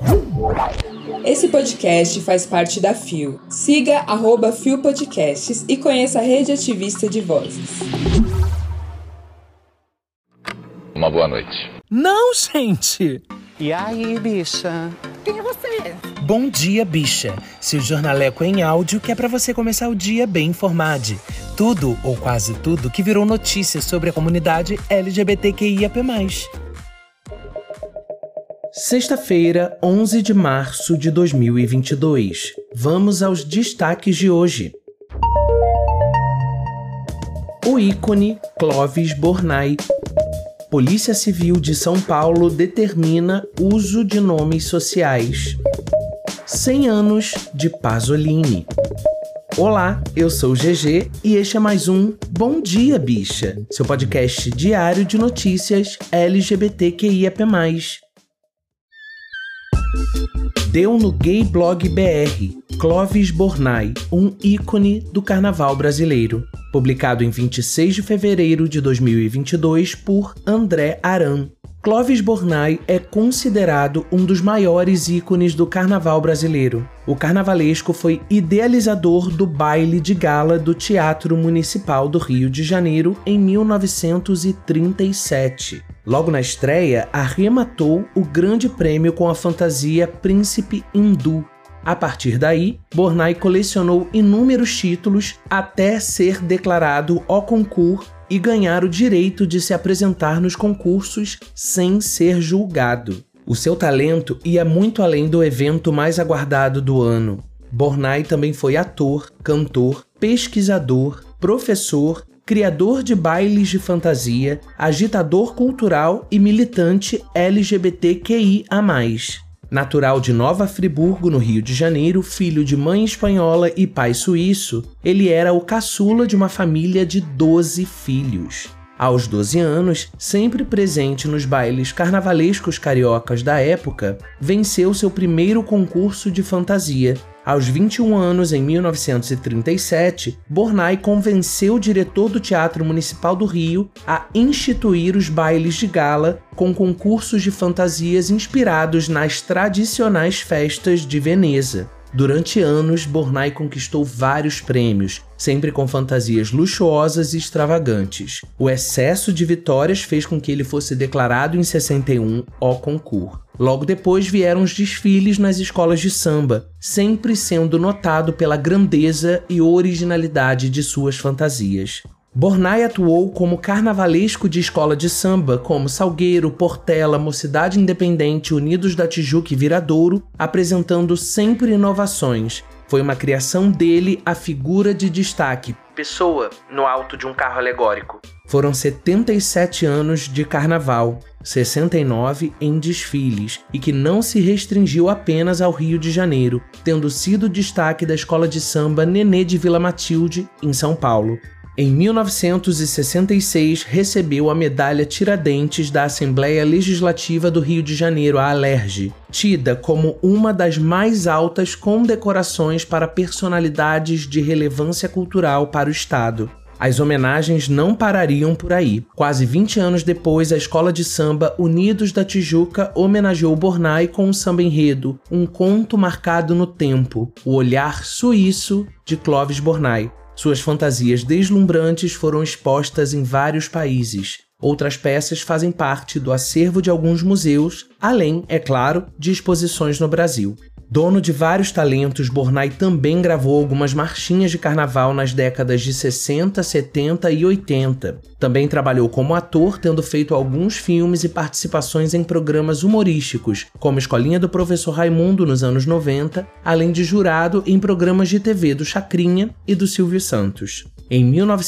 Esse podcast faz parte da FIO. Siga @FIO Podcasts e conheça a rede ativista de vozes. Uma boa noite. Não, gente! E aí, bicha? Quem é você? Bom dia, bicha. Seu jornaleco em áudio que é pra você começar o dia bem informado. Tudo, ou quase tudo, que virou notícia sobre a comunidade LGBTQIAP+. Sexta-feira, 11 de março de 2022. Vamos aos destaques de hoje. O ícone Clóvis Bornai. Polícia Civil de São Paulo determina uso de nomes sociais. 100 anos de Pasolini. Olá, eu sou o GG e este é mais um Bom Dia, Bicha, seu podcast diário de notícias LGBTQIAP+. Deu no Gay Blog BR, Clóvis Bornai, um ícone do carnaval brasileiro. Publicado em 26 de fevereiro de 2022 por André Aran. Clóvis Bornai é considerado um dos maiores ícones do carnaval brasileiro. O carnavalesco foi idealizador do baile de gala do Teatro Municipal do Rio de Janeiro em 1937. Logo na estreia, arrematou o grande prêmio com a fantasia Príncipe Hindu. A partir daí, Bornai colecionou inúmeros títulos até ser declarado au concours e ganhar o direito de se apresentar nos concursos sem ser julgado. O seu talento ia muito além do evento mais aguardado do ano. Bornai também foi ator, cantor, pesquisador, professor, criador de bailes de fantasia, agitador cultural e militante LGBTQIA+. Natural de Nova Friburgo, no Rio de Janeiro, filho de mãe espanhola e pai suíço, ele era o caçula de uma família de 12 filhos. Aos 12 anos, sempre presente nos bailes carnavalescos cariocas da época, venceu seu primeiro concurso de fantasia. Aos 21 anos, em 1937, Bornai convenceu o diretor do Teatro Municipal do Rio a instituir os bailes de gala com concursos de fantasias inspirados nas tradicionais festas de Veneza. Durante anos, Bornai conquistou vários prêmios, sempre com fantasias luxuosas e extravagantes. O excesso de vitórias fez com que ele fosse declarado em 61 au concours. Logo depois vieram os desfiles nas escolas de samba, sempre sendo notado pela grandeza e originalidade de suas fantasias. Bornai atuou como carnavalesco de escola de samba, como Salgueiro, Portela, Mocidade Independente, Unidos da Tijuca e Viradouro, apresentando sempre inovações. Foi uma criação dele a figura de destaque, pessoa no alto de um carro alegórico. Foram 77 anos de carnaval, 69 em desfiles, e que não se restringiu apenas ao Rio de Janeiro, tendo sido destaque da escola de samba Nenê de Vila Matilde, em São Paulo. Em 1966, recebeu a Medalha Tiradentes da Assembleia Legislativa do Rio de Janeiro, a Alerj, tida como uma das mais altas condecorações para personalidades de relevância cultural para o Estado. As homenagens não parariam por aí. Quase 20 anos depois, a escola de samba Unidos da Tijuca homenageou Bornai com o samba-enredo Um Conto Marcado no Tempo, o olhar suíço de Clóvis Bornai. Suas fantasias deslumbrantes foram expostas em vários países. Outras peças fazem parte do acervo de alguns museus, além, é claro, de exposições no Brasil. Dono de vários talentos, Bornai também gravou algumas marchinhas de carnaval nas décadas de 60, 70 e 80. Também trabalhou como ator, tendo feito alguns filmes e participações em programas humorísticos, como Escolinha do Professor Raimundo nos anos 90, além de jurado em programas de TV do Chacrinha e do Silvio Santos. Em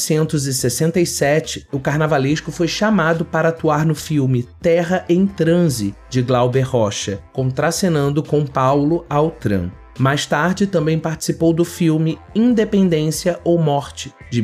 1967, o carnavalesco foi chamado para atuar no filme Terra em Transe, de Glauber Rocha, contracenando com Paulo Altran. Mais tarde, também participou do filme Independência ou Morte, de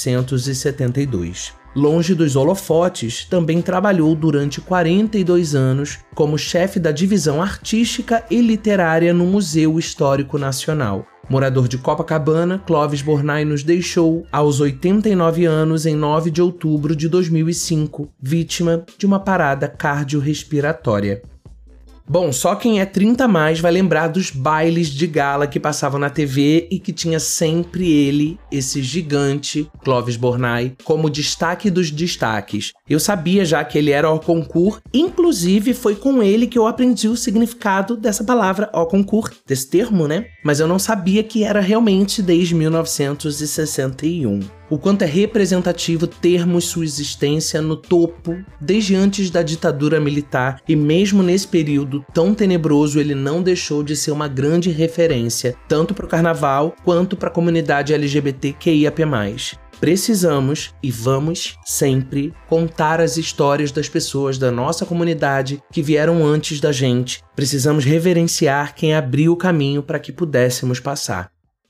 1972. Longe dos holofotes, também trabalhou durante 42 anos como chefe da divisão artística e literária no Museu Histórico Nacional. Morador de Copacabana, Clóvis Bornai nos deixou aos 89 anos em 9 de outubro de 2005, vítima de uma parada cardiorrespiratória. Bom, só quem é 30 a mais vai lembrar dos bailes de gala que passavam na TV e que tinha sempre ele, esse gigante, Clovis Bornai, como destaque dos destaques. Eu sabia já que ele era au concurs, inclusive foi com ele que eu aprendi o significado dessa palavra au concurs, desse termo, né? Mas eu não sabia que era realmente desde 1961. O quanto é representativo termos sua existência no topo desde antes da ditadura militar, e mesmo nesse período tão tenebroso ele não deixou de ser uma grande referência, tanto para o carnaval quanto para a comunidade LGBTQIAP+. Precisamos e vamos sempre contar as histórias das pessoas da nossa comunidade que vieram antes da gente. Precisamos reverenciar quem abriu o caminho para que pudéssemos passar.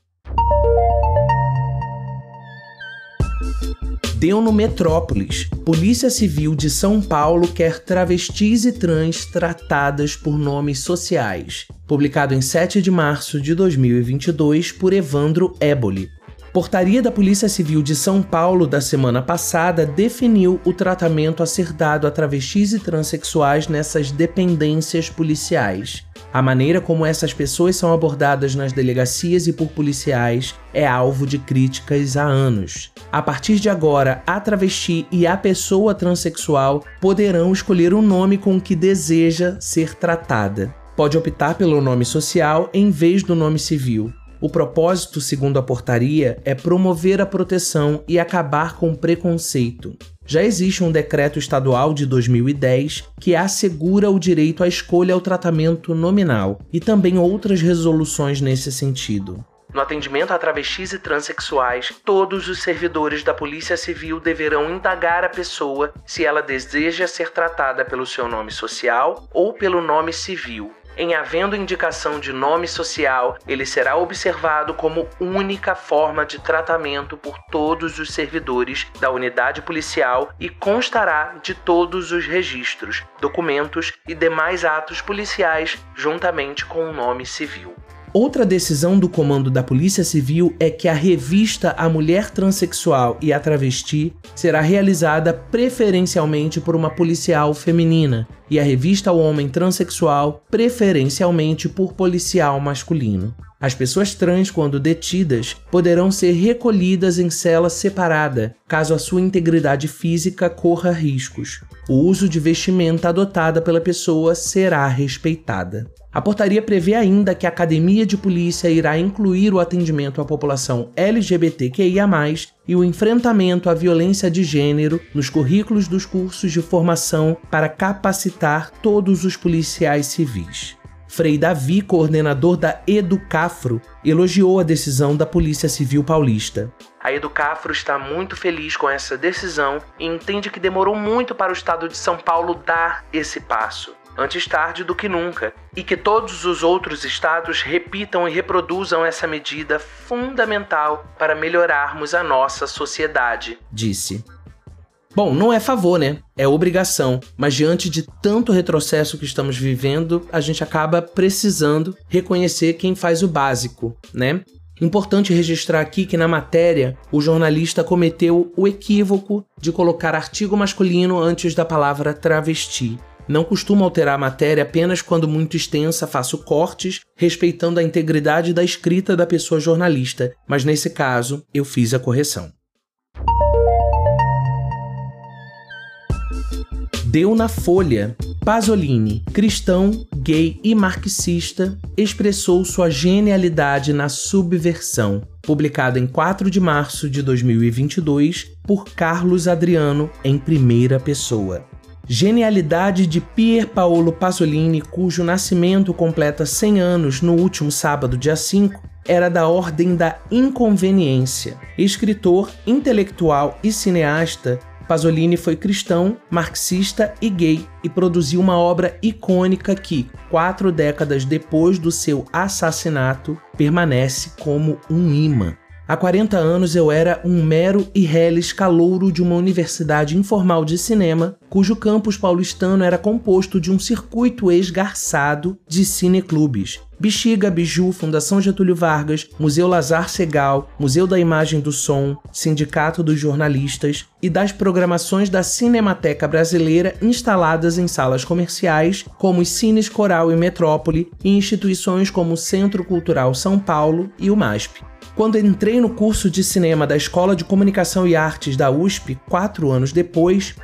Deu no Metrópolis. Polícia Civil de São Paulo quer travestis e trans tratadas por nomes sociais. Publicado em 7 de março de 2022 por Evandro Éboli. Portaria da Polícia Civil de São Paulo da semana passada definiu o tratamento a ser dado a travestis e transexuais nessas dependências policiais. A maneira como essas pessoas são abordadas nas delegacias e por policiais é alvo de críticas há anos. A partir de agora, a travesti e a pessoa transexual poderão escolher o nome com que deseja ser tratada. Pode optar pelo nome social em vez do nome civil. O propósito, segundo a portaria, é promover a proteção e acabar com o preconceito. Já existe um decreto estadual de 2010 que assegura o direito à escolha ao tratamento nominal e também outras resoluções nesse sentido. No atendimento a travestis e transexuais, todos os servidores da Polícia Civil deverão indagar a pessoa se ela deseja ser tratada pelo seu nome social ou pelo nome civil. Em havendo indicação de nome social, ele será observado como única forma de tratamento por todos os servidores da unidade policial e constará de todos os registros, documentos e demais atos policiais juntamente com o nome civil. Outra decisão do comando da Polícia Civil é que a revista A Mulher Transsexual e a Travesti será realizada preferencialmente por uma policial feminina e a revista ao Homem Transsexual preferencialmente por policial masculino. As pessoas trans, quando detidas, poderão ser recolhidas em cela separada, caso a sua integridade física corra riscos. O uso de vestimenta adotada pela pessoa será respeitada. A portaria prevê ainda que a Academia de Polícia irá incluir o atendimento à população LGBTQIA+, e o enfrentamento à violência de gênero nos currículos dos cursos de formação para capacitar todos os policiais civis. Frei Davi, coordenador da Educafro, elogiou a decisão da Polícia Civil Paulista. A Educafro está muito feliz com essa decisão e entende que demorou muito para o estado de São Paulo dar esse passo. Antes tarde do que nunca, e que todos os outros estados repitam e reproduzam essa medida fundamental para melhorarmos a nossa sociedade, disse. Bom, não é favor, né? É obrigação, mas diante de tanto retrocesso que estamos vivendo, a gente acaba precisando reconhecer quem faz o básico, né? Importante registrar aqui que na matéria, o jornalista cometeu o equívoco de colocar artigo masculino antes da palavra travesti. Não costumo alterar a matéria apenas quando muito extensa, faço cortes, respeitando a integridade da escrita da pessoa jornalista, mas nesse caso eu fiz a correção. Deu na Folha. Pasolini, cristão, gay e marxista, expressou sua genialidade na subversão. Publicado em 4 de março de 2022 por Carlos Adriano, em primeira pessoa. Genialidade de Pier Paolo Pasolini, cujo nascimento completa 100 anos no último sábado, dia 5, era da ordem da inconveniência. Escritor, intelectual e cineasta, Pasolini foi cristão, marxista e gay e produziu uma obra icônica que, 4 décadas depois do seu assassinato, permanece como um imã. Há 40 anos eu era um mero e reles calouro de uma universidade informal de cinema, cujo campus paulistano era composto de um circuito esgarçado de cineclubes. Bexiga, Biju, Fundação Getúlio Vargas, Museu Lazar Segal, Museu da Imagem do Som, Sindicato dos Jornalistas e das programações da Cinemateca Brasileira instaladas em salas comerciais, como os Cines Coral e Metrópole, e instituições como o Centro Cultural São Paulo e o MASP. Quando entrei no curso de cinema da Escola de Comunicação e Artes da USP, 4 anos depois,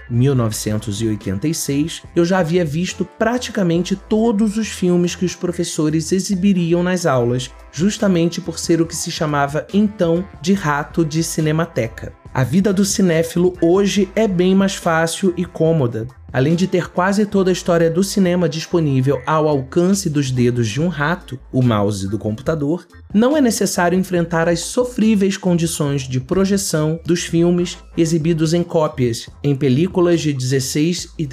1986, eu já havia visto praticamente todos os filmes que os professores exibiriam nas aulas, justamente por ser o que se chamava então de rato de cinemateca. A vida do cinéfilo hoje é bem mais fácil e cômoda. Além de ter quase toda a história do cinema disponível ao alcance dos dedos de um rato, o mouse do computador, não é necessário enfrentar as sofríveis condições de projeção dos filmes exibidos em cópias, em películas de 16 e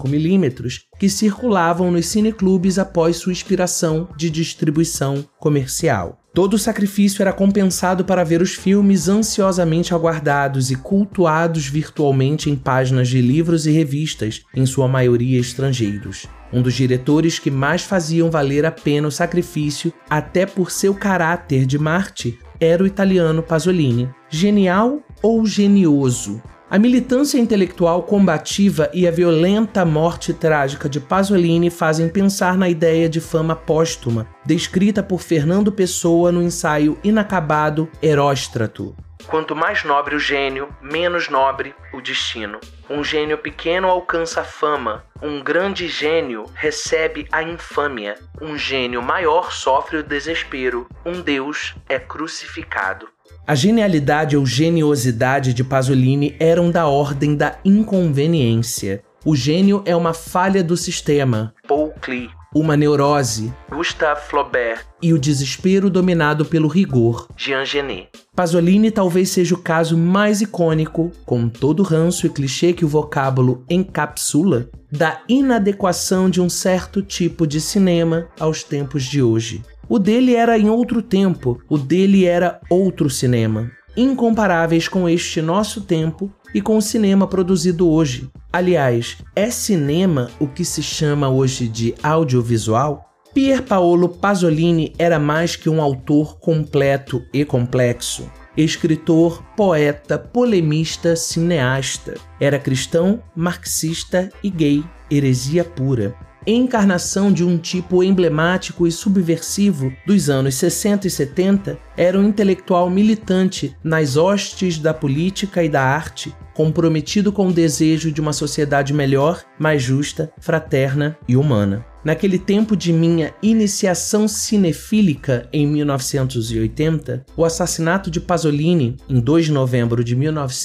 35mm, que circulavam nos cineclubes após sua expiração de distribuição comercial. Todo o sacrifício era compensado para ver os filmes ansiosamente aguardados e cultuados virtualmente em páginas de livros e revistas, em sua maioria estrangeiros. Um dos diretores que mais faziam valer a pena o sacrifício, até por seu caráter de mártir, era o italiano Pasolini. Genial ou genioso? A militância intelectual combativa e a violenta morte trágica de Pasolini fazem pensar na ideia de fama póstuma, descrita por Fernando Pessoa no ensaio inacabado Heróstrato. Quanto mais nobre o gênio, menos nobre o destino. Um gênio pequeno alcança a fama, um grande gênio recebe a infâmia, um gênio maior sofre o desespero, um Deus é crucificado. A genialidade ou geniosidade de Pasolini eram da ordem da inconveniência. O gênio é uma falha do sistema, Paul Klee, uma neurose, Gustave Flaubert, e o desespero dominado pelo rigor, Jean Genet. Pasolini talvez seja o caso mais icônico, com todo o ranço e clichê que o vocábulo encapsula, da inadequação de um certo tipo de cinema aos tempos de hoje. O dele era em outro tempo, o dele era outro cinema, incomparáveis com este nosso tempo e com o cinema produzido hoje. Aliás, é cinema o que se chama hoje de audiovisual? Pier Paolo Pasolini era mais que um autor completo e complexo. Escritor, poeta, polemista, cineasta. Era cristão, marxista e gay, heresia pura. Encarnação de um tipo emblemático e subversivo dos anos 60 e 70, era um intelectual militante nas hostes da política e da arte, comprometido com o desejo de uma sociedade melhor, mais justa, fraterna e humana. Naquele tempo de minha iniciação cinefílica em 1980, o assassinato de Pasolini, em 2 de novembro de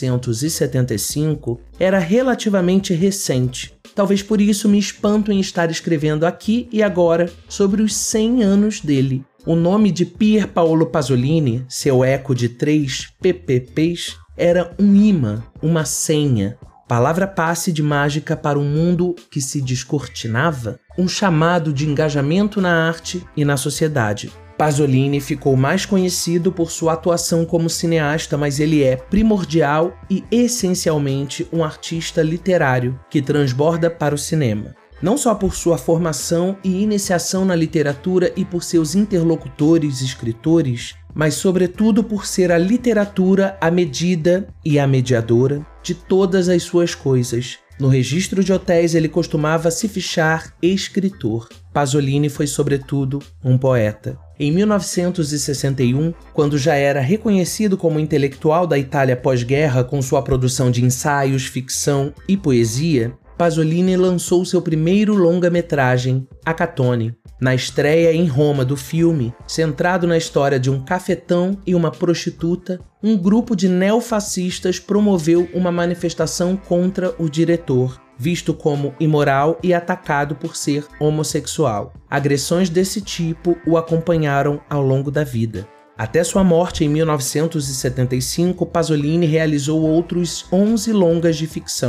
1975, era relativamente recente. Talvez por isso me espanto em estar escrevendo aqui e agora sobre os 100 anos dele. O nome de Pier Paolo Pasolini, seu eco de 3 PPPs, era um imã, uma senha. Palavra passe de mágica para um mundo que se descortinava, um chamado de engajamento na arte e na sociedade. Pasolini ficou mais conhecido por sua atuação como cineasta, mas ele é primordial e essencialmente um artista literário que transborda para o cinema. Não só por sua formação e iniciação na literatura e por seus interlocutores escritores, mas sobretudo por ser a literatura a medida e a mediadora de todas as suas coisas. No registro de hotéis ele costumava se fichar escritor. Pasolini foi sobretudo um poeta. Em 1961, quando já era reconhecido como intelectual da Itália pós-guerra com sua produção de ensaios, ficção e poesia, Pasolini lançou seu primeiro longa-metragem, Acatone. Na estreia em Roma do filme, centrado na história de um cafetão e uma prostituta, um grupo de neofascistas promoveu uma manifestação contra o diretor, visto como imoral e atacado por ser homossexual. Agressões desse tipo o acompanharam ao longo da vida. Até sua morte em 1975, Pasolini realizou outros 11 longas de ficção.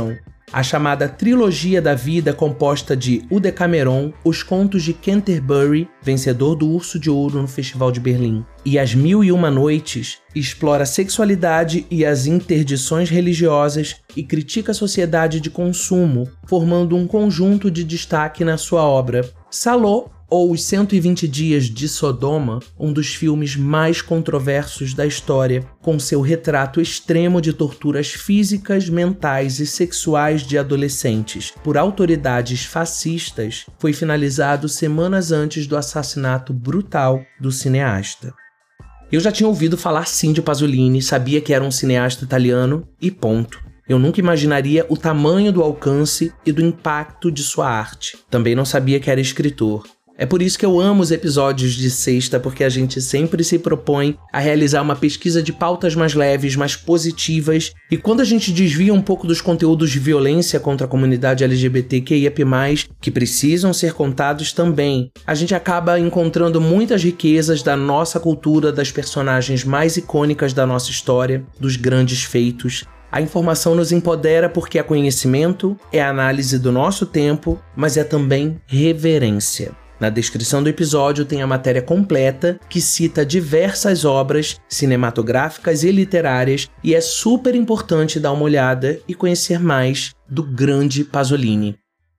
a chamada Trilogia da Vida, composta de O Decameron, Os Contos de Canterbury, vencedor do Urso de Ouro no Festival de Berlim, e As Mil e Uma Noites, explora a sexualidade e as interdições religiosas e critica a sociedade de consumo, formando um conjunto de destaque na sua obra. Saló, ou Os 120 Dias de Sodoma, um dos filmes mais controversos da história, com seu retrato extremo de torturas físicas, mentais e sexuais de adolescentes por autoridades fascistas, foi finalizado semanas antes do assassinato brutal do cineasta. Eu já tinha ouvido falar sim de Pasolini, sabia que era um cineasta italiano e ponto. Eu nunca imaginaria o tamanho do alcance e do impacto de sua arte. Também não sabia que era escritor. É por isso que eu amo os episódios de sexta, porque a gente sempre se propõe a realizar uma pesquisa de pautas mais leves, mais positivas, e quando a gente desvia um pouco dos conteúdos de violência contra a comunidade LGBTQIAP+, que precisam ser contados também, a gente acaba encontrando muitas riquezas da nossa cultura, das personagens mais icônicas da nossa história, dos grandes feitos. A informação nos empodera porque é conhecimento, é análise do nosso tempo, mas é também reverência. Na descrição do episódio tem a matéria completa, que cita diversas obras cinematográficas e literárias, e é super importante dar uma olhada e conhecer mais do grande Pasolini.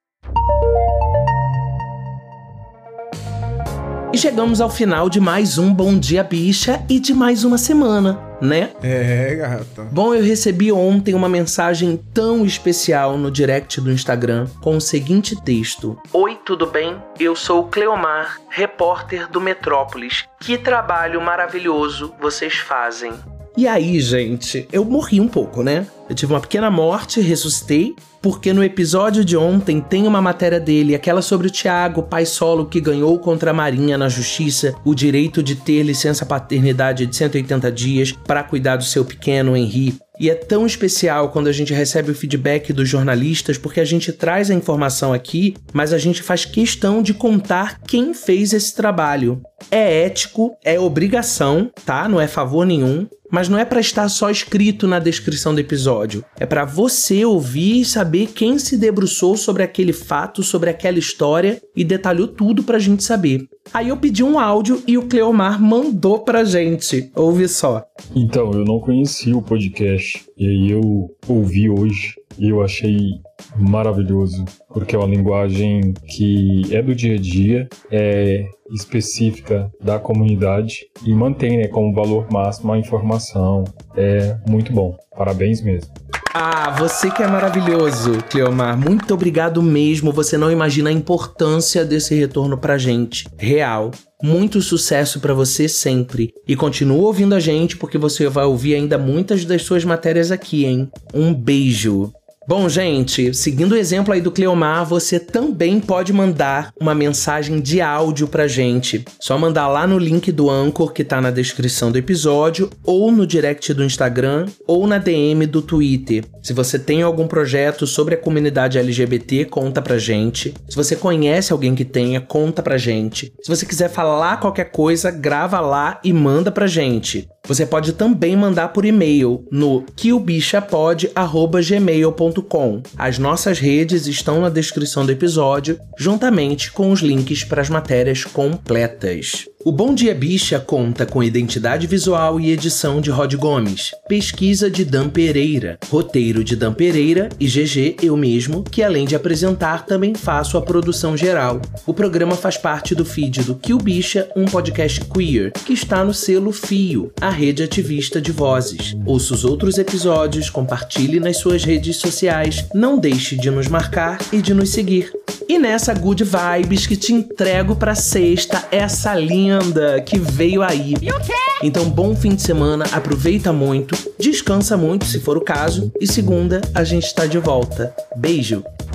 E chegamos ao final de mais um Bom Dia Bicha e de mais uma semana, né? É, gata. Bom, eu recebi ontem uma mensagem tão especial no direct do Instagram com o seguinte texto: Oi, tudo bem? Eu sou o Cleomar, repórter do Metrópolis. Que trabalho maravilhoso vocês fazem. E aí, gente, eu morri um pouco, né? Eu tive uma pequena morte, ressuscitei, porque no episódio de ontem tem uma matéria dele, aquela sobre o Thiago, pai solo que ganhou contra a Marinha na justiça o direito de ter licença paternidade de 180 dias para cuidar do seu pequeno Henri. E é tão especial quando a gente recebe o feedback dos jornalistas, porque a gente traz a informação aqui, mas a gente faz questão de contar quem fez esse trabalho. É ético, é obrigação, tá? Não é favor nenhum. Mas não é para estar só escrito na descrição do episódio. É para você ouvir e saber quem se debruçou sobre aquele fato, sobre aquela história e detalhou tudo pra gente saber. Aí eu pedi um áudio e o Cleomar mandou pra gente. Ouve só. Então, eu não conhecia o podcast. E aí eu ouvi hoje e eu achei maravilhoso. Porque é uma linguagem que é do dia a dia, é específica da comunidade e mantém, né, como valor máximo a informação. É muito bom. Parabéns mesmo. Ah, você que é maravilhoso, Cleomar. Muito obrigado mesmo. Você não imagina a importância desse retorno pra gente. Real. Muito sucesso pra você sempre. E continua ouvindo a gente, porque você vai ouvir ainda muitas das suas matérias aqui, hein? Um beijo. Bom, gente, seguindo o exemplo aí do Cleomar, você também pode mandar uma mensagem de áudio pra gente. Só mandar lá no link do Anchor, que tá na descrição do episódio, ou no direct do Instagram, ou na DM do Twitter. Se você tem algum projeto sobre a comunidade LGBT, conta pra gente. Se você conhece alguém que tenha, conta pra gente. Se você quiser falar qualquer coisa, grava lá e manda pra gente. Você pode também mandar por e-mail no quilbichapod@gmail.com. As nossas redes estão na descrição do episódio, juntamente com os links para as matérias completas. O Bom Dia Bicha conta com identidade visual e edição de Rod Gomes, pesquisa de Dan Pereira, roteiro de Dan Pereira e GG, eu mesmo, que além de apresentar também faço a produção geral. O programa faz parte do feed do Kill Bicha, um podcast queer, que está no selo Fio, a rede ativista de vozes. Ouça os outros episódios, compartilhe nas suas redes sociais, não deixe de nos marcar e de nos seguir. E nessa good vibes que te entrego pra sexta, essa linda que veio aí. Então, bom fim de semana, aproveita muito, descansa muito se for o caso, e segunda a gente tá de volta. Beijo!